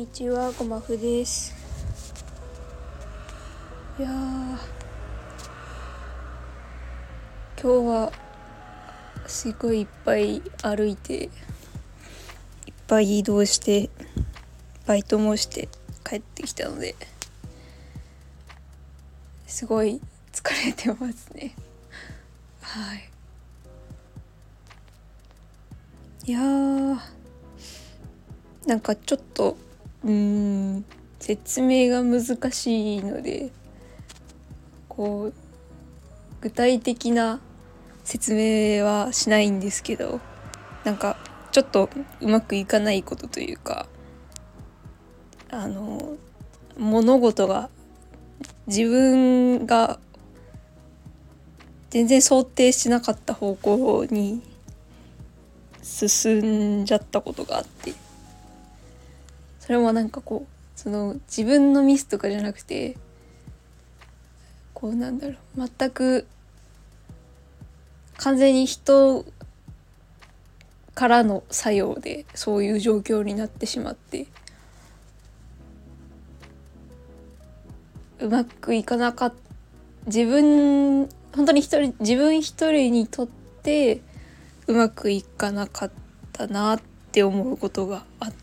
ちは、ごまふです。いや今日はすごいいっぱい歩いて、いっぱい移動して、バイトもして帰ってきたので、すごい疲れてますね。はい。いやなんかちょっと説明が難しいので、具体的な説明はしないんですけど、なんかちょっとうまくいかないことというか、物事が自分が全然想定しなかった方向に進んじゃったことがあって、それもその自分のミスとかじゃなくて、全く完全に人からの作用でそういう状況になってしまって、うまくいかなかった。本当に自分一人にとってうまくいかなかったなって思うことがあって、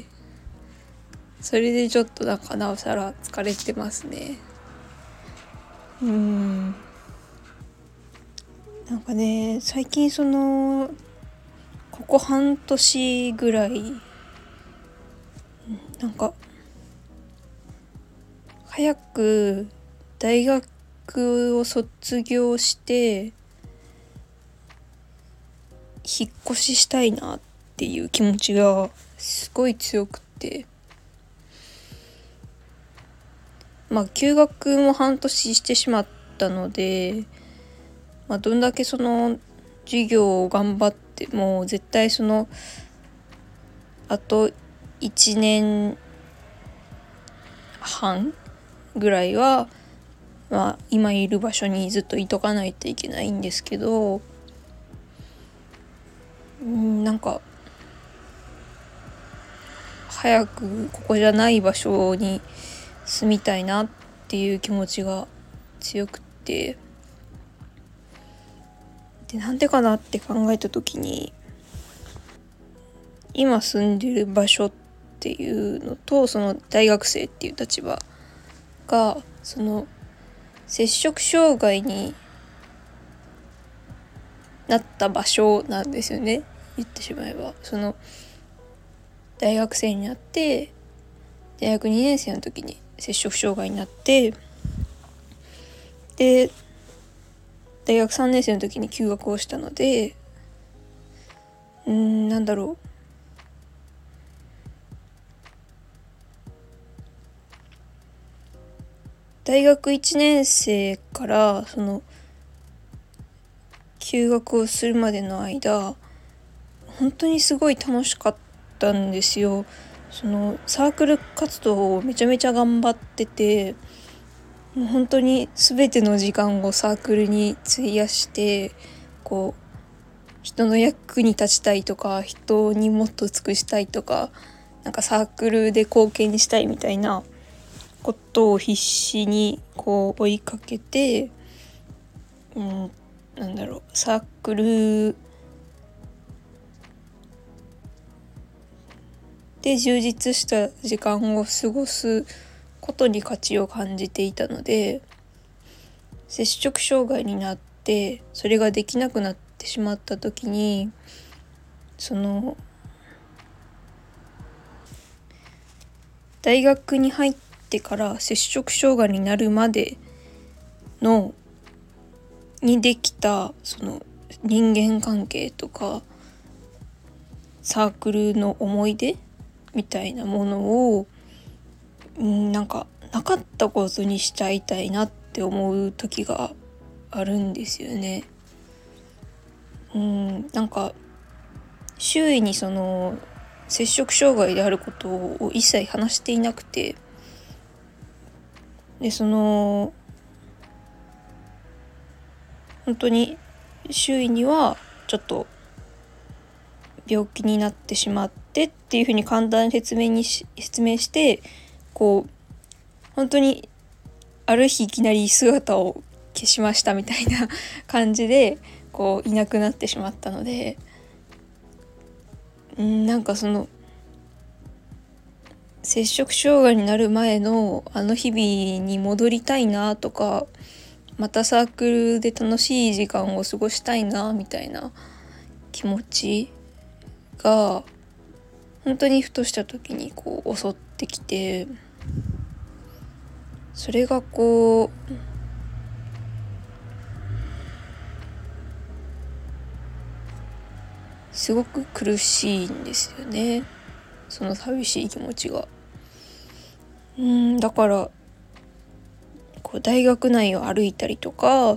それでちょっとなおさら疲れてますね。最近ここ半年ぐらい早く大学を卒業して引っ越ししたいなっていう気持ちがすごい強くて、休学も半年してしまったので、どんだけその授業を頑張っても絶対あと1年半ぐらいは、今いる場所にずっといとかないといけないんですけど、早くここじゃない場所に住みたいなっていう気持ちが強くて、でなんでかなって考えた時に、今住んでる場所っていうのと、その大学生っていう立場が摂食障害になった場所なんですよね。言ってしまえば大学生になって大学2年生の時に摂食障害になって、で大学3年生の時に休学をしたので、大学1年生から休学をするまでの間、本当にすごい楽しかったんですよ。サークル活動をめちゃめちゃ頑張ってて、もう本当に全ての時間をサークルに費やして、人の役に立ちたいとか、人にもっと尽くしたいとか、サークルで貢献したいみたいなことを必死に追いかけて、サークルで充実した時間を過ごすことに価値を感じていたので、摂食障害になってそれができなくなってしまった時に、大学に入ってから摂食障害になるまでにできた人間関係とかサークルの思い出みたいなものをなかったことにしちゃいたいなって思う時があるんですよね。周囲に摂食障害であることを一切話していなくて、で本当に周囲にはちょっと病気になってしまっってっていうふうに簡単に説明してこう本当にある日いきなり姿を消しましたみたいな感じでこういなくなってしまったので、なんかその摂食障害になる前のあの日々に戻りたいなとか、またサークルで楽しい時間を過ごしたいなみたいな気持ちが本当にふとした時にこう襲ってきて、それがこうすごく苦しいんですよね、その寂しい気持ちが。だからこう大学内を歩いたりとか、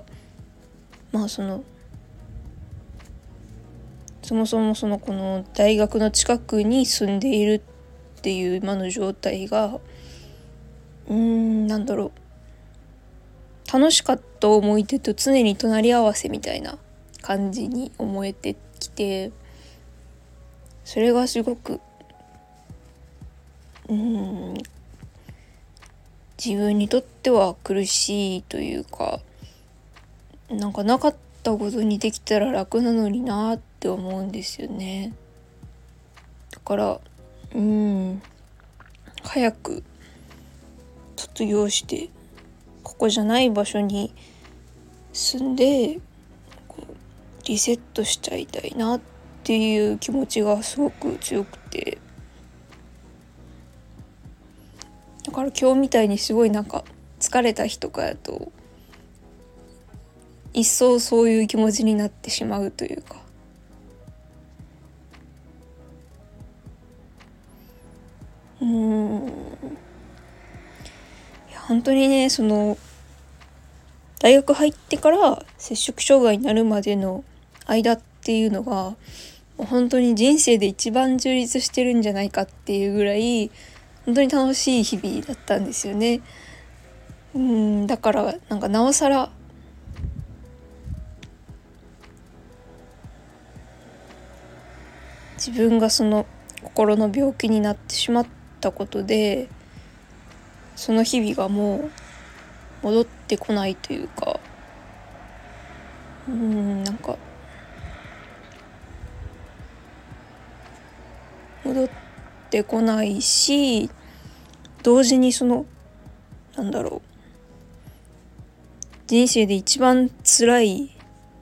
そもそもこの大学の近くに住んでいるっていう今の状態が楽しかった思い出と常に隣り合わせみたいな感じに思えてきて、それがすごく自分にとっては苦しいというか、なかったことにできたら楽なのになって思うんですよね。だから早く卒業してここじゃない場所に住んでリセットしちゃいたいなっていう気持ちがすごく強くて、だから今日みたいにすごい疲れた日とかだと一層そういう気持ちになってしまうというか、本当にね、その大学入ってから摂食障害になるまでの間っていうのがもう本当に人生で一番充実してるんじゃないかっていうぐらい本当に楽しい日々だったんですよね。だからなおさら自分がその心の病気になってしまったことでその日々がもう戻ってこないというか、戻ってこないし、同時に人生で一番辛い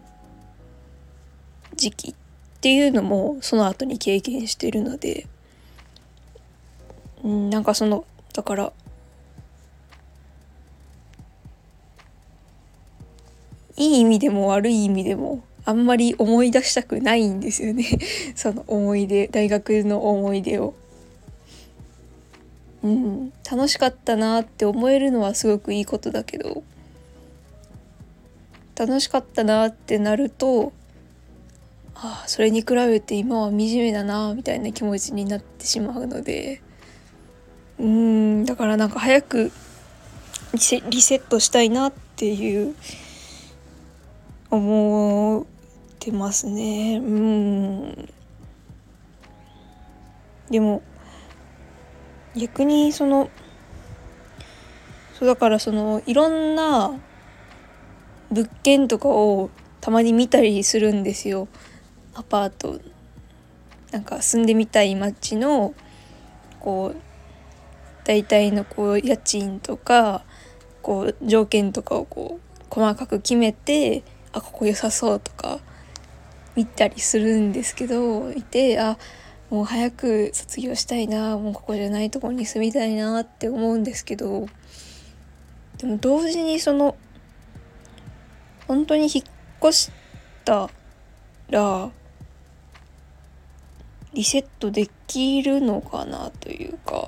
時期っていうのもその後に経験しているので、だからいい意味でも悪い意味でもあんまり思い出したくないんですよねその思い出、大学の思い出を楽しかったなって思えるのはすごくいいことだけど、楽しかったなってなるとそれに比べて今は惨めだなみたいな気持ちになってしまうので、だから早くリセットしたいなっていう思ってますね。でも逆にだからいろんな物件とかをたまに見たりするんですよ。アパート住んでみたい街の大体の家賃とか条件とかを細かく決めてここ良さそうとか見たりするんですけど、もう早く卒業したいな、もうここじゃないところに住みたいなって思うんですけど、でも同時に本当に引っ越したらリセットできるのかなというか、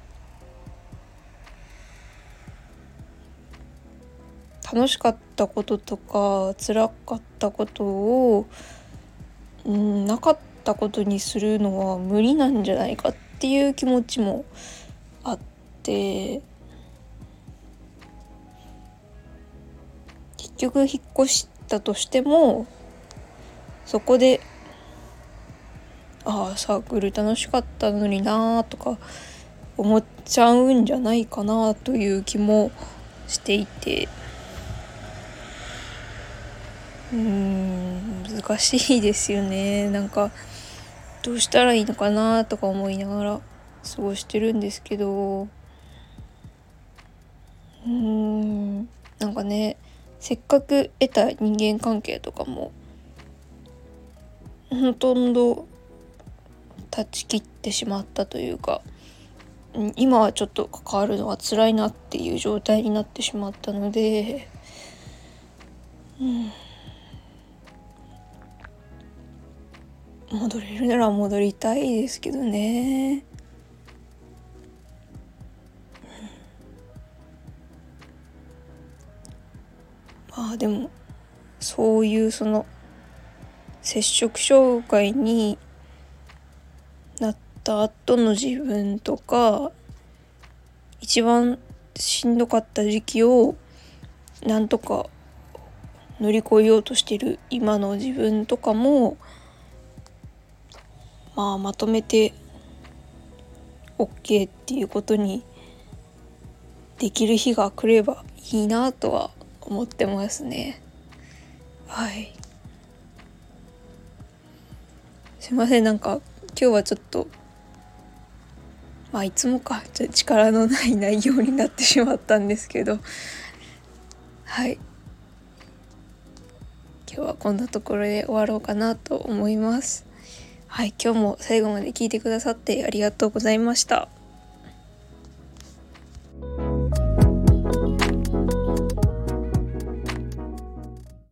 楽しかったこととか辛かったことをなかったことにするのは無理なんじゃないかっていう気持ちもあって、結局引っ越したとしてもそこでサークル楽しかったのになとか思っちゃうんじゃないかなという気もしていて、難しいですよね。なんかどうしたらいいのかなとか思いながら過ごしてるんですけど、なんかね、せっかく得た人間関係とかもほとんど断ち切ってしまったというか、今はちょっと関わるのが辛いなっていう状態になってしまったので、戻れるなら戻りたいですけどね。でもそういうその摂食障害になった後の自分とか、一番しんどかった時期をなんとか乗り越えようとしてる今の自分とかも、まとめて OK っていうことにできる日が来ればいいなとは思ってますね。はい。すいません、なんか今日はちょっといつも力のない内容になってしまったんですけど、はい。今日はこんなところで終わろうかなと思います。はい、今日も最後まで聞いてくださってありがとうございました。